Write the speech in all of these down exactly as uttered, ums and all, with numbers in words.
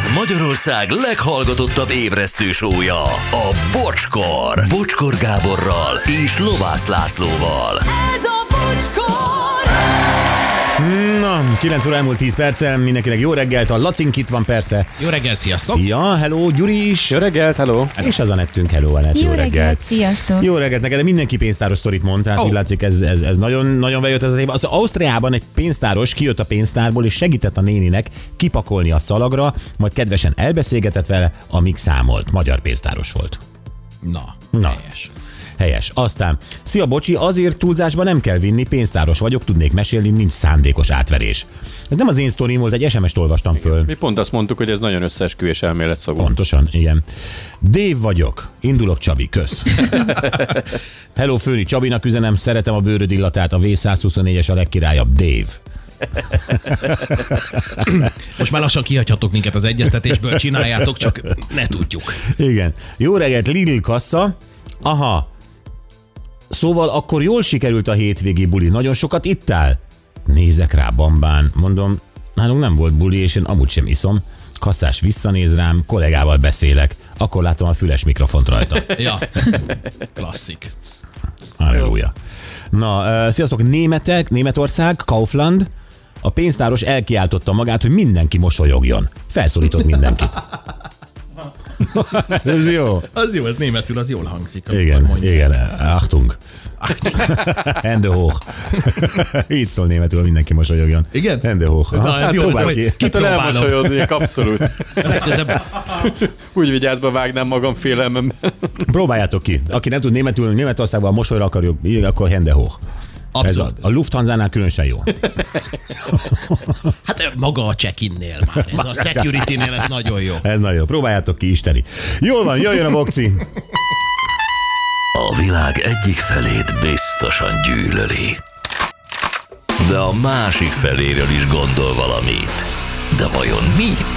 Ez Magyarország leghallgatottabb ébresztő show-ja, a Bocskor. Bocskor Gáborral és Lovász Lászlóval. Ez a Bocskor! Na, kilenc óra elmúlt tíz perccel, mindenkinek jó reggelt, a Lacink itt van persze. Jó reggelt, sziasztok! Szia, hello, Gyuri is. Jó reggelt, hello! És az Anettünk, hello, Anett, jó, Jó reggelt. reggelt, sziasztok! Jó reggelt neked, de mindenki pénztáros sztorit mond, tehát Oh. így látszik, ez, ez, ez nagyon, nagyon bejött ez a téma. Az Ausztriában egy pénztáros kijött a pénztárból, és segített a néninek kipakolni a szalagra, majd kedvesen elbeszélgetett vele, amíg számolt. Magyar pénztáros volt. Na, Na. helyes. Helyes. Aztán, szia bocsi, azért túlzásba nem kell vinni, pénztáros vagyok, tudnék mesélni, nincs szándékos átverés. Ez nem az én sztorim volt, egy es em est olvastam föl. Mi pont azt mondtuk, hogy ez nagyon összeesküvés elmélet szagú. Pontosan, igen. Dave vagyok. Indulok, Csabi, kösz. Hello, Főni Csabinak üzenem, szeretem a bőröd illatát, a vé száz huszonnégyes a legkirályabb, Dave. Most már lassan kihagyhatok minket az egyeztetésből, csináljátok, csak ne tudjuk. Igen. Jó reggelt, Lidl kassa. Aha. Szóval akkor jól sikerült a hétvégi buli. Nagyon sokat ittál? Nézek rá bambán. Mondom, nálunk nem volt buli, és én amúgy sem iszom. Kasszás visszanéz rám, kollégával beszélek. Akkor látom a füles mikrofont rajta. Ja, klasszik. Halleluja. Na, uh, sziasztok, németek, Németország, Kaufland. A pénztáros elkiáltotta magát, hogy mindenki mosolyogjon. Felszólított mindenkit. Ez jó. Az jó, ez németül, az jól hangzik. amikor Igen, mondja. igen, Achtung. Hände hoch. Így szól németül, mindenki mosolyogjon. Igen? Hände hoch. Na, ez jó, ez próbálj majd ki. Ettől kipróbálom. elmosolyodnék, abszolút. Legközelebb Úgy vigyázba vágnám magam félelmemben. Próbáljátok ki. Aki nem tud németül, Németországban a mosolyra akarjuk, így, akkor Hände hoch. Ez a, abszolút. a Lufthansa-nál különösen jó. Hát maga a check-innél már, ez a security-nél ez nagyon jó. Ez nagyon jó. Próbáljátok ki, isteni. Jól van, jöjjön a bokci. A világ egyik felét biztosan gyűlöli, de a másik feléről is gondol valamit. De vajon mit?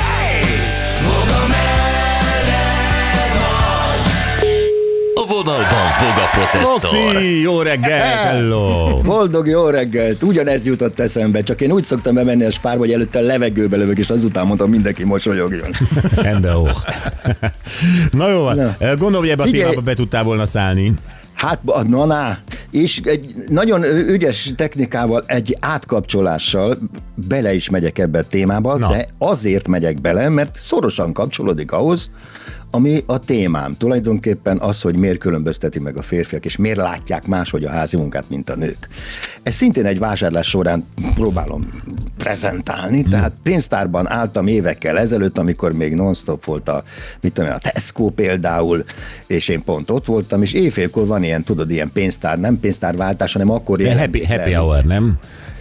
A vonalban fog a processzor. Bokci, jó reggel, hello. Boldog jó reggelt! Ugyanez jutott eszembe, csak én úgy szoktam bemenni a spárba, hogy előtte levegőbe lövök, és azután mondom, mindenki mosolyogjon. Hände hoch. Na jó van. Na. Gondolom, hogy ebbe a Figyelj. témába be tudtál volna szállni. Hát, na, na, és egy nagyon ügyes technikával, egy átkapcsolással bele is megyek ebbe a témába, Na. de azért megyek bele, mert szorosan kapcsolódik ahhoz, ami a témám. Tulajdonképpen az, hogy miért különbözteti meg a férfiak, és miért látják máshogy a házi munkát, mint a nők. Ez szintén egy vásárlás során próbálom prezentálni, hmm. tehát pénztárban álltam évekkel ezelőtt, amikor még non-stop volt a, mit tudom, a Tesco például, és én pont ott voltam, és éjfélkor van ilyen, tudod, ilyen pénztár, nem pénztárváltás, hanem akkor Ilyen happy, happy hour, nem?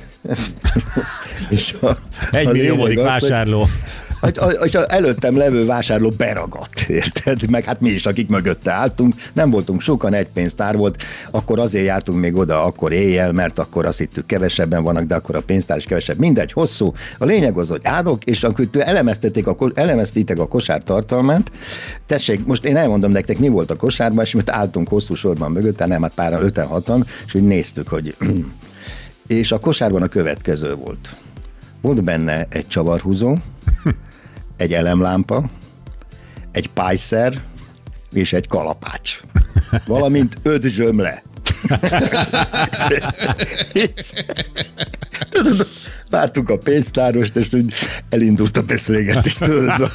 és a, Egy a milliómodik lényeg az, hogy- vásárló. hogy- És az előttem levő vásárló beragadt, érted? Meg hát mi is, akik mögötte álltunk, nem voltunk sokan, egy pénztár volt, akkor azért jártunk még oda, akkor éjjel, mert akkor azt hittük kevesebben vannak, de akkor a pénztár is kevesebb. Mindegy, hosszú. A lényeg az, hogy állok, és akkor elemeztették a, ko- elemeztétek a kosár tartalmát. Tessék, most én elmondom nektek, mi volt a kosárban, és mert álltunk hosszú sorban mögötte, nem, hát páran öten, hatan, és úgy néztük, hogy... és a kosárban a következő volt. Volt benne egy csavarhúzó, egy elemlámpa, egy pájszer és egy kalapács. Valamint öt zsömle. és tudod, vártuk a pénztárost, és úgy elindult a beszélgetés. Tudod, ez a...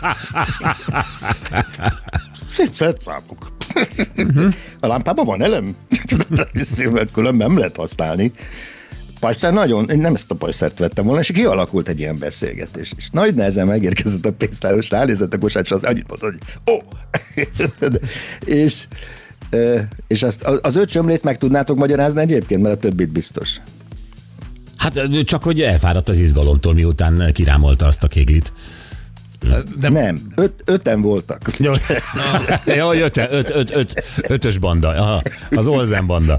Szép szerszámok. A lámpában van elem? Tudod, különben nem lehet használni. Pajszer nagyon, én nem ezt a pajszert vettem volna, és kialakult egy ilyen beszélgetés. És nagy nehezen megérkezett a pénztáros, ránézett a kosát, és az annyit mondta, hogy ó! Oh! és, és azt, az öt sömlét meg tudnátok magyarázni egyébként, mert a többit biztos. Hát csak, hogy elfáradt az izgalomtól, miután kirámolta azt a kéglit. De Nem, öt, öten voltak. Jó, ja, hogy öt, öt, öt, öt, ötös banda. Aha, az Olsen banda.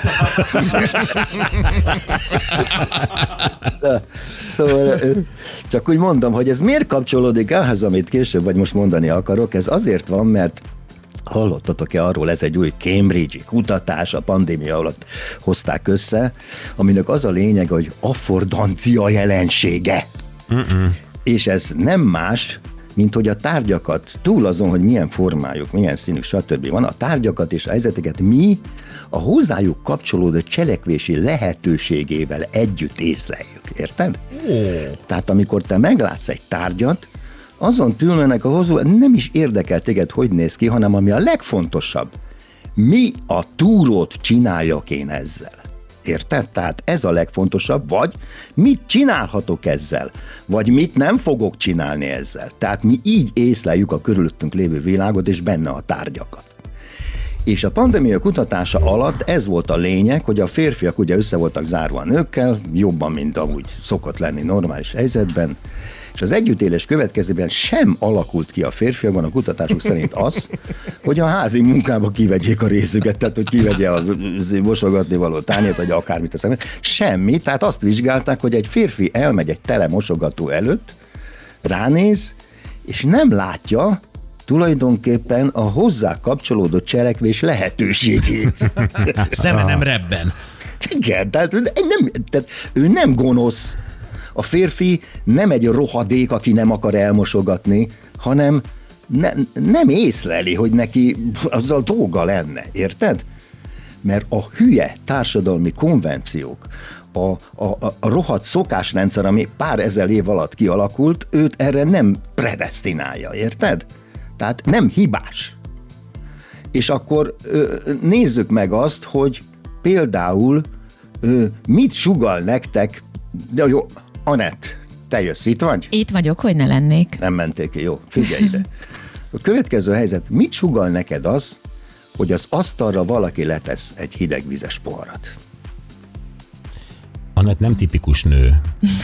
Szóval csak úgy mondom, hogy ez miért kapcsolódik ahhoz, amit később vagy most mondani akarok, ez azért van, mert hallottatok-e arról, ez egy új Cambridge-i kutatás, a pandémia alatt hozták össze, aminek az a lényeg, hogy affordancia jelensége. Mm-mm. És ez nem más, mint hogy a tárgyakat, túl azon, hogy milyen formájuk, milyen színük, stb. Van, a tárgyakat és a helyzeteket mi a hozzájuk kapcsolódó cselekvési lehetőségével együtt észleljük, érted? Oh. Tehát amikor te meglátsz egy tárgyat, azon tűnőnek a hozó, nem is érdekel téged, hogy néz ki, hanem ami a legfontosabb, mi a túrót csináljak én ezzel. Érted? Tehát ez a legfontosabb, vagy mit csinálhatok ezzel, vagy mit nem fogok csinálni ezzel. Tehát mi így észleljük a körülöttünk lévő világot, és benne a tárgyakat. És a pandémia kutatása alatt ez volt a lényeg, hogy a férfiak ugye össze voltak zárva a nőkkel, jobban, mint amúgy szokott lenni normális helyzetben, és az együttélés következtében sem alakult ki a férfiakban a kutatások szerint az, hogy a házi munkába kivegyék a részüket, tehát hogy kivegye a mosogatni való tányért, vagy akármit a szemet. Semmi, tehát azt vizsgálták, hogy egy férfi elmegy egy tele mosogató előtt, ránéz, és nem látja tulajdonképpen a hozzá kapcsolódó cselekvés lehetőségét. Szeme nem rebben. Igen, tehát, nem, tehát ő nem gonosz. A férfi nem egy rohadék, aki nem akar elmosogatni, hanem ne, nem észleli, hogy neki azzal dolga lenne, érted? Mert a hülye társadalmi konvenciók, a, a, a rohadt szokásrendszer, ami pár ezer év alatt kialakult, őt erre nem predesztinálja, érted? Tehát nem hibás. És akkor ö, nézzük meg azt, hogy például ö, mit sugall nektek, de jó, Anett, te jössz, itt vagy? Itt vagyok, hogy ne lennék. Nem mentél ki, jó, figyelj ide. A következő helyzet, mit sugall neked az, hogy az asztalra valaki letesz egy hidegvizes poharat? Anett nem tipikus nő.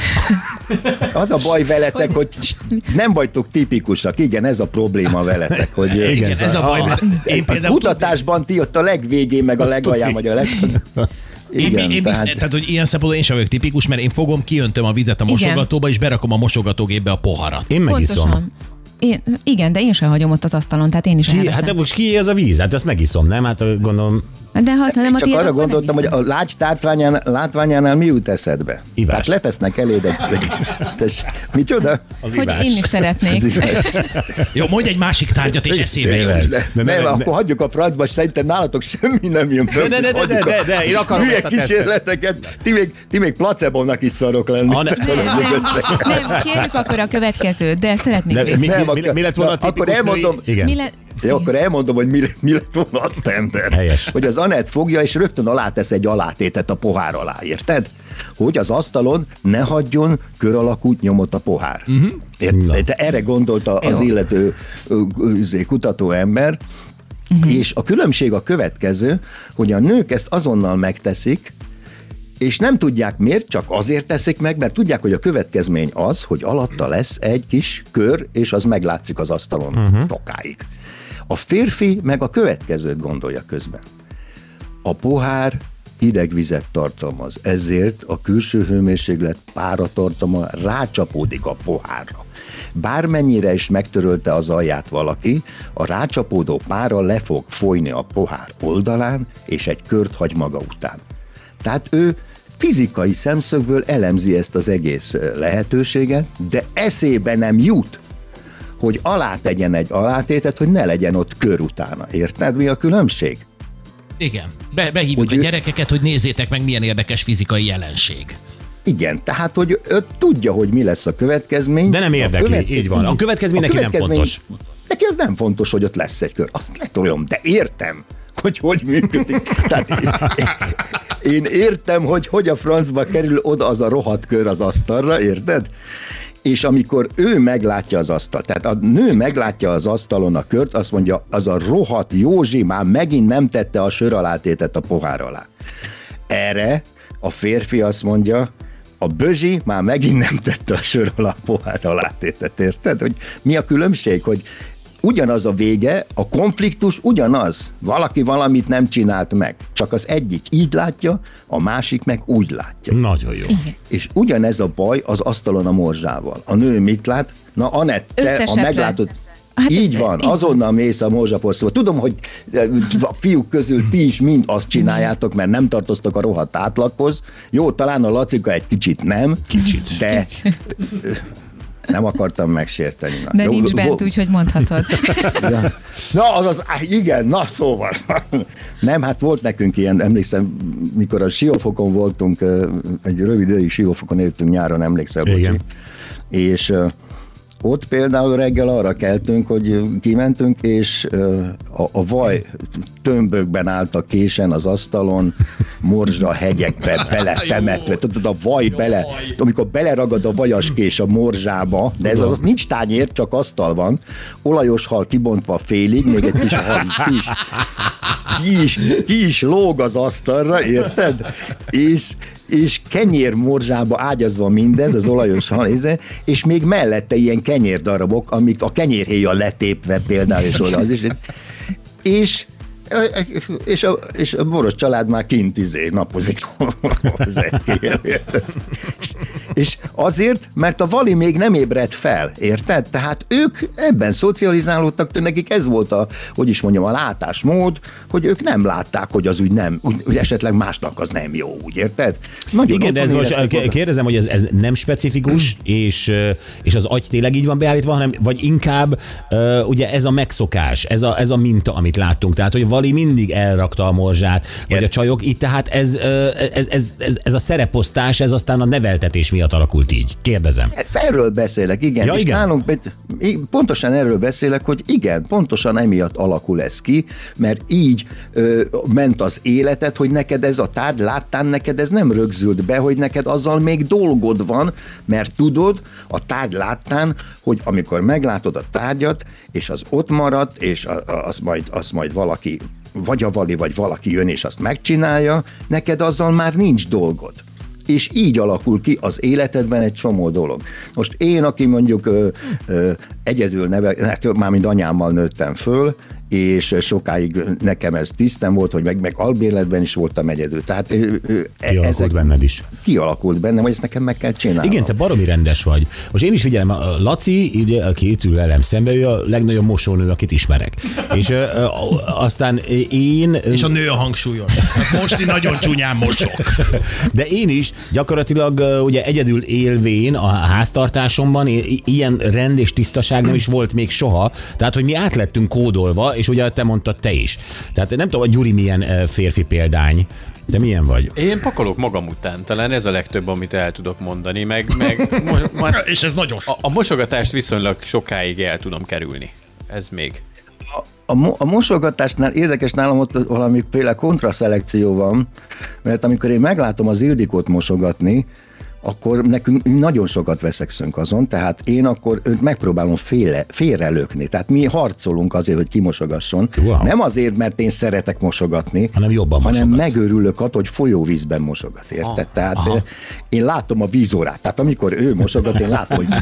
Az a baj veletek, hogy nem vagytok tipikusak. Igen, ez a probléma veletek. Hogy igen, ez a baj, mert én a például... kutatásban ti ott a legvégén, meg a legalján, vagy a leg... Igen, én, én tehát... Biztos, tehát, hogy ilyen szempontból én sem vagyok tipikus, mert én fogom, kijöntöm a vizet a mosogatóba, és berakom a mosogatógépbe a poharat. Én megiszom. Pontosan. Én, igen, de én sem hagyom ott az asztalon, tehát én is ki, hát most ki az a víz? Hát azt megiszom, nem? Hát gondolom... De ha nem csak arra gondoltam, hogy a lágy látványánál, látványánál mi jut eszedbe? Ivás. Tehát letesznek eléd egy... Tess, micsoda? Az hogy ivás. én is szeretnék. Jó, mondj egy másik tárgyat, és eszébe jut. De, de nem, ne, akkor ne. Hagyjuk a francba, szerintem nálatok semmi nem jön föl. De, de, de, de, de, de, én akarom ezt a kísérleteket. Ti még, ti még placebónak is szarok lenni. Nem, nem, nem, kérjük akkor a következőt, de szeretnék de, mi, mi, mi, mi lett volna a tipikus akkor elmondom, igen. Mi le... Ja, akkor elmondom, hogy mi, mi lett volna a standard. Helyes. Hogy az Anett fogja, és rögtön alátesz egy alátétet a pohár alá, érted? Hogy az asztalon ne hagyjon kör alakú nyomot a pohár. Uh-huh. Érted? Erre gondolta az Jó. illető kutató ember, uh-huh. És a különbség a következő, hogy a nők ezt azonnal megteszik, és nem tudják miért, csak azért teszik meg, mert tudják, hogy a következmény az, hogy alatta lesz egy kis kör, és az meglátszik az asztalon uh-huh. tokáig. A férfi meg a következőt gondolja közben. A pohár hideg vizet tartalmaz, ezért a külső hőmérséklet páratartalma rácsapódik a pohárra. Bármennyire is megtörölte az alját valaki, a rácsapódó pára le fog folyni a pohár oldalán, és egy kört hagy maga után. Tehát ő fizikai szemszögből elemzi ezt az egész lehetőséget, de eszébe nem jut, hogy alá tegyen egy alátétet, hogy ne legyen ott kör utána. Érted, mi a különbség? Igen. Be, behívjuk hogy a gyerekeket, hogy nézzétek meg, milyen érdekes fizikai jelenség. Igen, tehát, hogy ő tudja, hogy mi lesz a következmény. De nem érdekli, következmény, így van. A következmény a neki következmény, nem fontos. Neki az nem fontos, hogy ott lesz egy kör. Azt letolom, de értem, hogy hogy működik. Tehát én, én értem, hogy hogy a francba kerül oda az a rohadt kör az asztalra, érted? És amikor ő meglátja az asztalt, tehát a nő meglátja az asztalon a kört, azt mondja, az a rohadt Józsi már megint nem tette a sör alátétet a pohár alá. Erre a férfi azt mondja, a Bözsi már megint nem tette a sör alá a pohár alátétet, érted? Hogy mi a különbség, hogy ugyanaz a vége, a konfliktus ugyanaz. Valaki valamit nem csinált meg. Csak az egyik így látja, a másik meg úgy látja. Nagyon jó. Igen. És ugyanez a baj az asztalon a morzsával. A nő mit lát? Na, Anett, te a meglátod... Hát így van, így azonnal mész a morzsaporszóba. Tudom, hogy a fiúk közül ti is mind azt csináljátok, mert nem tartoztok a rohadt átlaghoz. Jó, talán a Lacika egy kicsit nem. Kicsit. De... Nem akartam megsérteni. Na, de jó, nincs bent, zo- úgyhogy mondhatod. Ja. Na, az az, igen, na szóval. Nem, hát volt nekünk ilyen, emlékszem, mikor a Siófokon voltunk, egy rövid időig Siófokon éltünk nyáron, emlékszel, Bocsi? És ott például reggel arra keltünk, hogy kimentünk, és a, a vaj tömbökben álltak késen az asztalon, morzsa hegyekbe beletemetve. Tudod, a vaj bele, amikor beleragad a vajas kés a morzsába, de ez az, az nincs tányér, csak asztal van, olajos hal kibontva félig, még egy kis hal ki is, ki is, ki is lóg az asztalra, érted? És és kenyér morzsába ágyazva mindez, az olajos hal, és még mellette ilyen kenyérdarabok, amik a kenyérhéjjal letépve például, és oda az is. És És a, és a Boros család már kint izé napozik. és, és azért, mert a Vali még nem ébredt fel, érted? Tehát ők ebben szocializálódtak, nekik ez volt a, hogy is mondjam, a látásmód, hogy ők nem látták, hogy az úgy nem, hogy esetleg másnak az nem jó, úgy érted? Nagyon igen, de ez most kérdezem, hogy ez, ez nem specifikus, és, és az agy tényleg így van beállítva, hanem, vagy inkább uh, ugye ez a megszokás, ez a, ez a minta, amit láttunk. Tehát, hogy Vali mindig elrakta a morzsát, vagy igen. A csajok, így tehát ez, ez, ez, ez, ez a szereposztás, ez aztán a neveltetés miatt alakult így. Kérdezem. Erről beszélek, igen. Ja, és igen? nálunk pontosan erről beszélek, hogy igen, pontosan emiatt alakul ez ki, mert így ö, ment az életed, hogy neked ez a tárgy, láttán neked ez nem rögzült be, hogy neked azzal még dolgod van, mert tudod a tárgy láttán, hogy amikor meglátod a tárgyat, és az ott maradt, és az majd, az majd valaki vagy a Vali, vagy valaki jön, és azt megcsinálja, neked azzal már nincs dolgod. És így alakul ki az életedben egy csomó dolog. Most én, aki mondjuk ö, ö, egyedül nevel, hát mármint anyámmal nőttem föl, és sokáig nekem ez tisztem volt, hogy meg, meg albérletben is voltam egyedül. Tehát kialakult ezek, benned is. Kialakult bennem, hogy ezt nekem meg kell csinálnom. Igen, te baromi rendes vagy. Most én is figyelem, a Laci, ugye, aki itt ül velem szembe, ő a legnagyobb mosónő, akit ismerek. És ö, ö, aztán én... És a nő a hangsúlyos. Most nagyon csúnyán mosok. De én is gyakorlatilag ugye egyedül élvén a háztartásomban ilyen rend és tisztaság nem is volt még soha. Tehát, hogy mi átlettünk kódolva, és ugye te mondtad te is. Tehát nem tudom, a Gyuri milyen férfi példány, de milyen vagy? Én pakolok magam után, talán ez a legtöbb, amit el tudok mondani, meg... meg mo- ma- és ez nagyon a, a mosogatást viszonylag sokáig el tudom kerülni. Ez még. A, a, a mosogatásnál érdekes, nálam ott valamiféle kontraszelekció van, mert amikor én meglátom az Ildikót mosogatni, akkor nekünk nagyon sokat veszekszünk azon, tehát én akkor őt megpróbálom félre, félrelökni. Tehát mi harcolunk azért, hogy kimosogasson. Wow. Nem azért, mert én szeretek mosogatni, hanem jobban hanem mosogatsz. Megőrülök attól, hogy folyóvízben mosogat, érted? Ah, tehát aha. Én látom a vízórát. Tehát amikor ő mosogat, én látom, hogy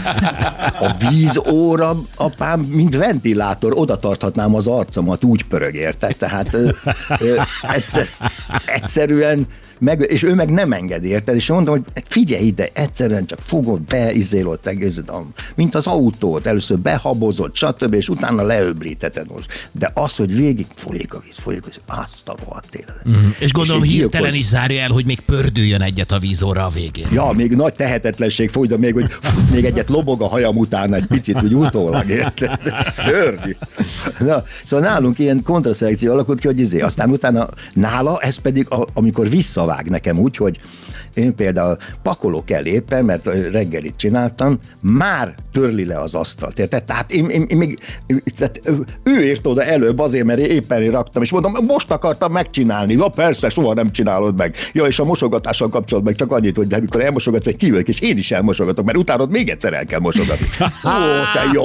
a vízóra, apám, mint ventilátor, oda tarthatnám az arcomat, úgy pörög, érted? Tehát ö, ö, egyszer, egyszerűen meg, és ő meg nem engedi, érted? És mondom, hogy figyelj ide, egyszerűen csak fogod be, izélod, egészed, mint az autót, először behabozod, stb., és utána leöblíteted most. De az, hogy végig folyik a víz, folyik a víz, azt a rohadt élet. Mm. És gondolom és hirtelen gyilkol... is zárja el, hogy még pördüljön egyet a vízóra a végén. Ja, még nagy tehetetlenség foly, de még, hogy fú, még egyet lobog a hajam után egy picit, úgy utólag, érted? Szörnyű. Na, szóval nálunk ilyen kontraszelekció alakult ki, hogy izé, aztán utána nála, ez pedig, a, amikor vissza vág nekem úgy, hogy én például pakolok el éppen, mert reggelit csináltam, már törli le az asztalt, érted? Tehát én, én, én még, tehát ő ért oda előbb azért, mert éppen én raktam, és mondom, most akartam megcsinálni. Ja persze, soha nem csinálod meg. Ja, és a mosogatással kapcsolatban meg csak annyit, hogy de amikor elmosogatsz, egy kívülök, és én is elmosogatok, mert utánod még egyszer el kell mosogatni. Ó, te jó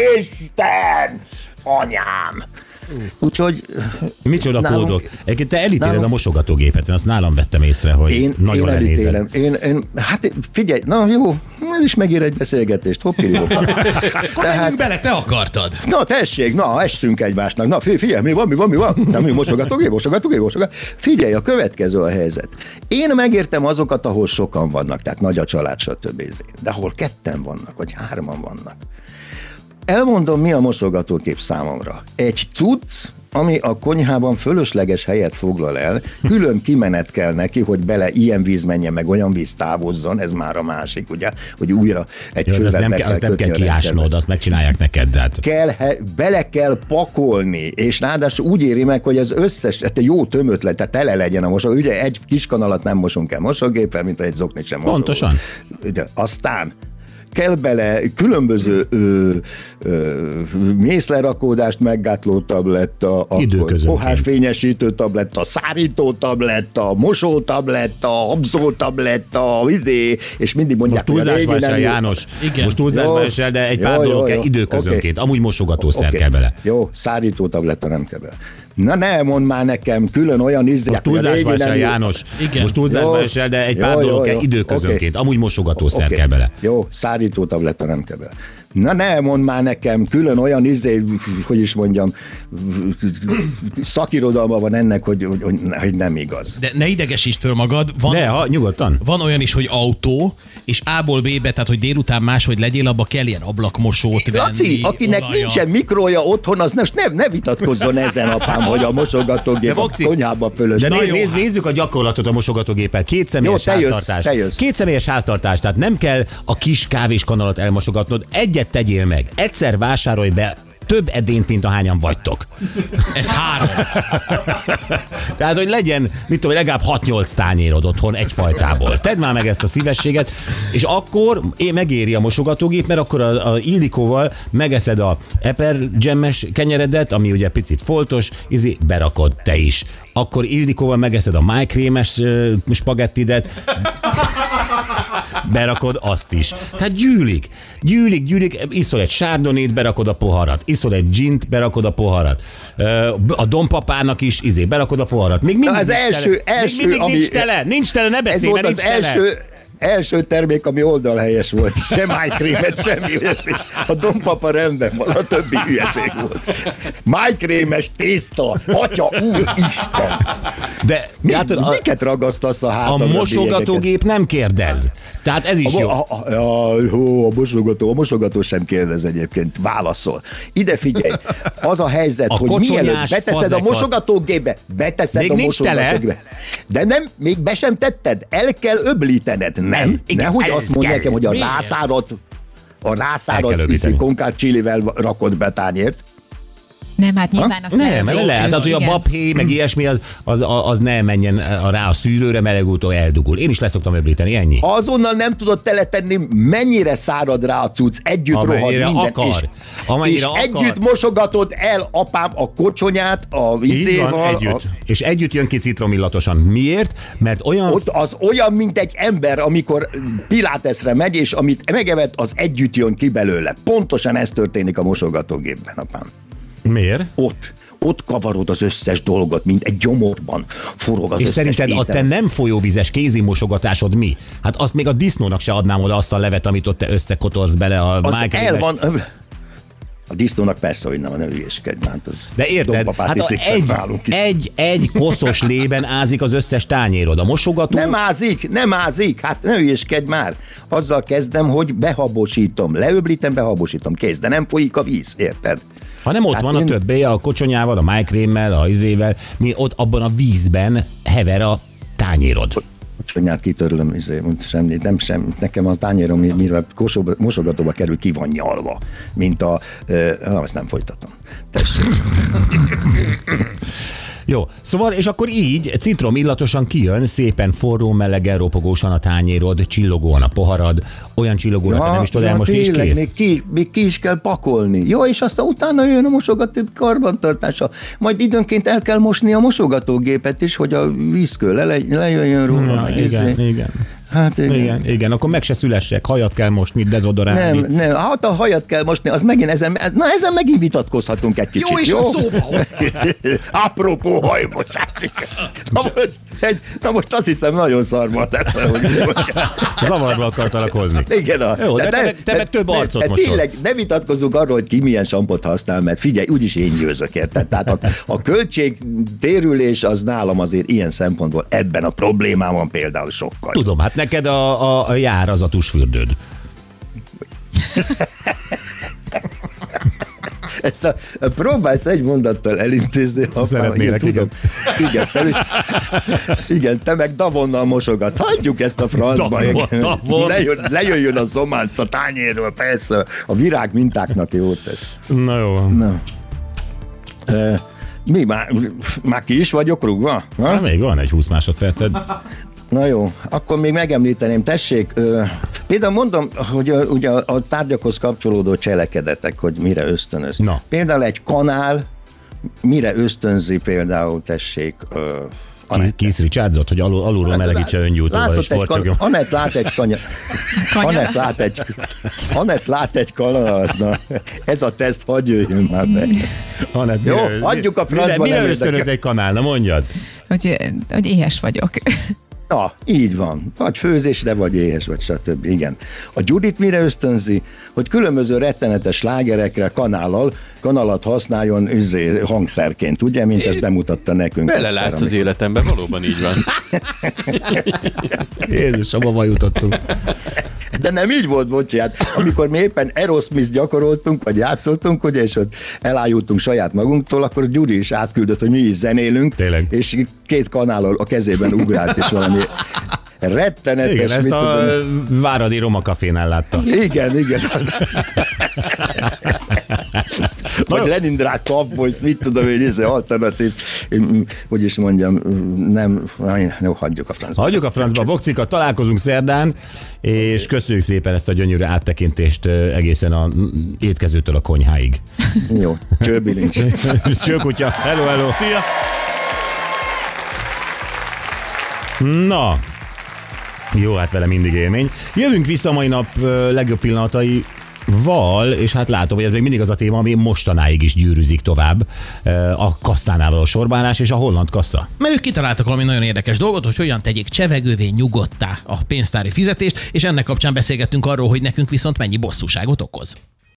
Isten! Anyám! Úgyhogy... Micsoda nálunk, kódok? Egyébként te elítéled nálunk, a mosogatógépet, én azt nálam vettem észre, hogy én, nagyon én elnézem. Én, én, hát figyelj, na jó, ez is megér egy beszélgetést, hoppiri hoppá. Tehát bele, te akartad. Na tessék, na essünk egymásnak, na figyelj, mi van, mi van, mi van? Nem, mi mosogatógép, mosogatógép, mosogatógép. Figyelj, a következő a helyzet. Én megértem azokat, ahol sokan vannak, tehát nagy a család, stb. De ahol ketten vannak, vagy hárman vannak. Elmondom, mi a mosogatógép számomra. Egy cucc, ami a konyhában fölösleges helyet foglal el, külön kimenet kell neki, hogy bele ilyen víz menjen, meg olyan víz távozzon, ez már a másik, ugye, hogy újra egy Jó, csővet nem be kell, kell azt nem kell kötni a kiásnod, rendszerbe. azt megcsinálják neked. De hát... Kell, he, bele kell pakolni, és ráadásul úgy éri meg, hogy az összes, hát jó tömött le, tehát tele legyen a mosógép. Ugye egy kis kanalat nem mosunk el mosógéppel, mint egy zoknit sem mosunk. Pontosan. De aztán kell bele különböző ö, ö, mészlerakódást meggátló tabletta, akkor pohárfényesítő tabletta, szárító tabletta, mosó tabletta, habzó tabletta, izé, és mindig mondják, most túlzásba esel, János. Igen. Most túlzásba esel, de egy jó, pár dolog kell időközönként. Okay. Amúgy mosogatószer okay. kell bele. Jó, szárító tabletta nem kell bele. Na ne mondd már nekem külön olyan izé. Most túlzásba esel, János. Igen. Most túlzásba esel, de egy pár jó, dolog jó, kell időközönként. Okay. Amúgy mosogatószer okay. kell bele. Jó, szárító tabletta nem kell bele. Na ne mondd már nekem külön olyan izé, hogy is mondjam, szakirodalma van ennek, hogy, hogy, hogy nem igaz. De ne idegesítsd föl magad. Van, de, ha, nyugodtan. Van olyan is, hogy autó, és A-ból B-be, tehát hogy délután máshogy legyél, abba kell ilyen ablakmosót venni. Laci, akinek olaja. Nincsen mikrója otthon, az nem, ne vitatkozzon ezen, apám, hogy a mosogatógép a konyhába fölös. De néz, néz, nézzük a gyakorlatot a mosogatógéppel. Két személyes jó, háztartás. Jössz, jössz. Két személyes háztartás, tehát nem kell a kis kávéskanalat elmosogatnod. Egyet tegyél meg. Egyszer vásárolj be több edényt, mint ahányan vagytok. Ez három. Tehát, hogy legyen, mit tudom, legalább hat-nyolc tányérod otthon egyfajtából. Tedd már meg ezt a szívességet, és akkor megéri a mosogatógép, mert akkor a, a Ildikóval megeszed a Eper Jam-es kenyeredet, ami ugye picit foltos, izé, berakod te is. Akkor Ildikóval megeszed a májkrémes uh, spagettidet, berakod azt is. Tehát gyűlik, gyűlik, gyűlik, iszol egy sárdonét, berakod a poharat, iszol egy gint, berakod a poharat. A Dompapának is izé, berakod a poharat. Még mindig, az első, tele. első, Még mindig ami, nincs tele, nincs tele, ne beszélj, ez volt nincs az tele. első, első termék, ami oldalhelyes volt. Sem májkrémet, semmi olyasmi. A Dompapa rendben van, a többi hülyeség volt. Májkrémes tészta, atya úristen. De Mi, látod, a, miket ragasztasz a hátadra? A mosogatógép nem kérdez. Tehát ez is a, jó. A, a, a, a, a, mosogató, a mosogató sem kérdez egyébként, válaszol. Ide figyelj, az a helyzet, a hogy mielőtt beteszed fazekat. A mosogatógépbe, beteszed még a mosogatógépbe. De nem, még be sem tetted, el kell öblítened, nem? Igen, nehogy azt mondják nekem, hogy a rászárat, a rászárat viszi konkát csilivel rakod be tányért. Nem, hát nyilván azt nem, nem lehet, tehát, hogy a babhé, meg ilyesmi, az, az, az ne menjen rá a szűrőre, meleg úton eldugul. Én is leszoktam öblíteni, ennyi. Azonnal nem tudod teletenni, mennyire szárad rá a cucc, együtt rohad minden. Akar. És, Amennyire és akar. együtt mosogatod el, apám, a kocsonyát, a vizéval. Együtt. A... És együtt jön ki citromillatosan. Miért? Mert olyan... Ott az olyan, mint egy ember, amikor piláteszre megy, és amit megevett, az együtt jön ki belőle. Pontosan ez történik a mosogatógépben, apám. Miért? Ott, ott kavarod az összes dolgot, mint egy gyomorban forog az és összes szerinted étel. a te nem folyóvizes kézimosogatásod mi? Hát azt még a disznónak se adnám oda azt a levet, amit ott te összekotorsz bele a az el van... A disznónak persze, hogy nem, a ne hülyéskedj. De érted? Hát egy, egy, egy koszos lében ázik az összes tányérod. A mosogató... Nem ázik, nem ázik. Hát ne hülyéskedj már. Azzal kezdem, hogy behabosítom. Leöblítem, behabosítom. Kész, de nem folyik a víz, érted? Hanem ott hát van én... a többé, a kocsonyával, a májkrémmel, a izével, mi ott abban a vízben hever a tányérod. Kocsonyát kitörlöm, izé, semmi, nem sem, nekem az tányérom, mire mosogatóba kerül, ki van nyalva, mint a... Uh, azt nem folytatom. Tessék. Jó, szóval, és akkor így citrom illatosan kijön, szépen forró, melegen, ropogósan a tányérod, csillogóan a poharad, olyan csillogóan, ja, nem is tudod, ja, most is kész. Még ki, még ki is kell pakolni. Jó, és aztán utána jön a mosogató karbantartása. Majd időnként el kell mosni a mosogatógépet is, hogy a vízkő le, lejöjjön róla. Ja, igen, ezzel. igen. Hát igen. igen. Igen, akkor meg se szülessek, hajat kell mosni, dezodorálni. Nem, nem, hát a hajat kell mosni, az megint ezen, na ezen megint vitatkozhatunk egy kicsit. Jó, és jó? Szóba Apropó hajmosás. Na most, egy, na most azt hiszem nagyon szarban lesz. Zavarba akartalak hozni. Igen, a, jó, de, de te, meg, te meg több arcot mosol. Tényleg, ne vitatkozzunk arról, hogy ki milyen sampot használ, mert figyelj, úgyis én győzök, érted? Tehát a, a költségtérülés az nálam azért ilyen szempontból ebben a problémám van például sokkal. Tudom, hát neked a, a, a jár az a tusfürdőd. Ezt a, próbálsz egy mondattal elintézni, ha szeretnélek, tudom. Igen, te, igen, te meg Davonnal mosogatsz. Hagyjuk ezt a francba. Lejön, lejöjjön a zománc a tányérról, persze. A virág mintáknak jót tesz. Na jó. Na. E, mi, már, már ki is vagyok rúgva? Ha? Még van egy húsz másodperced. Na jó, akkor még megemlíteném, tessék, ö, például mondom, hogy a, ugye a, a tárgyakhoz kapcsolódó cselekedetek, hogy mire ösztönöz. Na. Például egy kanál mire ösztönzi például, tessék, ö, Anett. Keith Richardsot, hogy alul, alulról melegítse öngyújtóval és fortyogjon. Kan- Anett lát egy kanya... Anett lát egy... Anett lát egy kanalat. Na, ez a teszt, hagyj jöjjön már be. Anett, jó, mire, hagyjuk a francba. Mire ösztönöz egy kanál? Na mondjad. Hogy, hogy éhes vagyok. Na, így van. Vagy főzésre, vagy éhes, vagy stb. Igen. A Judit mire ösztönzi, hogy különböző rettenetes slágerekre kanállal, kanalat használjon üzé, hangszerként, ugye, mint ezt bemutatta nekünk. Belelátsz egyszer, az életemben, valóban így van. Jézus, abba jutottunk. De nem így volt, bocsánat. Amikor mi éppen Aerosmith gyakoroltunk, vagy játszottunk, ugye, és ott elájultunk saját magunktól, akkor Gyuri is átküldött, hogy mi is zenélünk. Tényleg. És két kanállal a kezében ugrált, és valami rettenetes. Igen, ezt a tudom. Váradi Roma Cafénál látta. Igen, igen. Vagy Leningrád Pub Boys, mit tudom én, ez alternatív, hogy is mondjam, nem, nem hagyjuk a francba. Hagyjuk a francba, Bokcika, találkozunk szerdán, és köszönjük szépen ezt a gyönyörű áttekintést egészen a étkezőtől a konyháig. Jó, cső bilincs. Cső kutya, hello, hello. Szia! Na, jó, hát vele mindig élmény. Jövünk vissza mai nap legjobb pillanatai val, és hát látom, hogy ez még mindig az a téma, ami mostanáig is gyűrűzik tovább, a kasszánál való sorbálás és a holland kassa. Mert ők kitaláltak valami nagyon érdekes dolgot, hogy hogyan tegyék csevegővé, nyugodtá a pénztári fizetést, és ennek kapcsán beszélgettünk arról, hogy nekünk viszont mennyi bosszúságot okoz.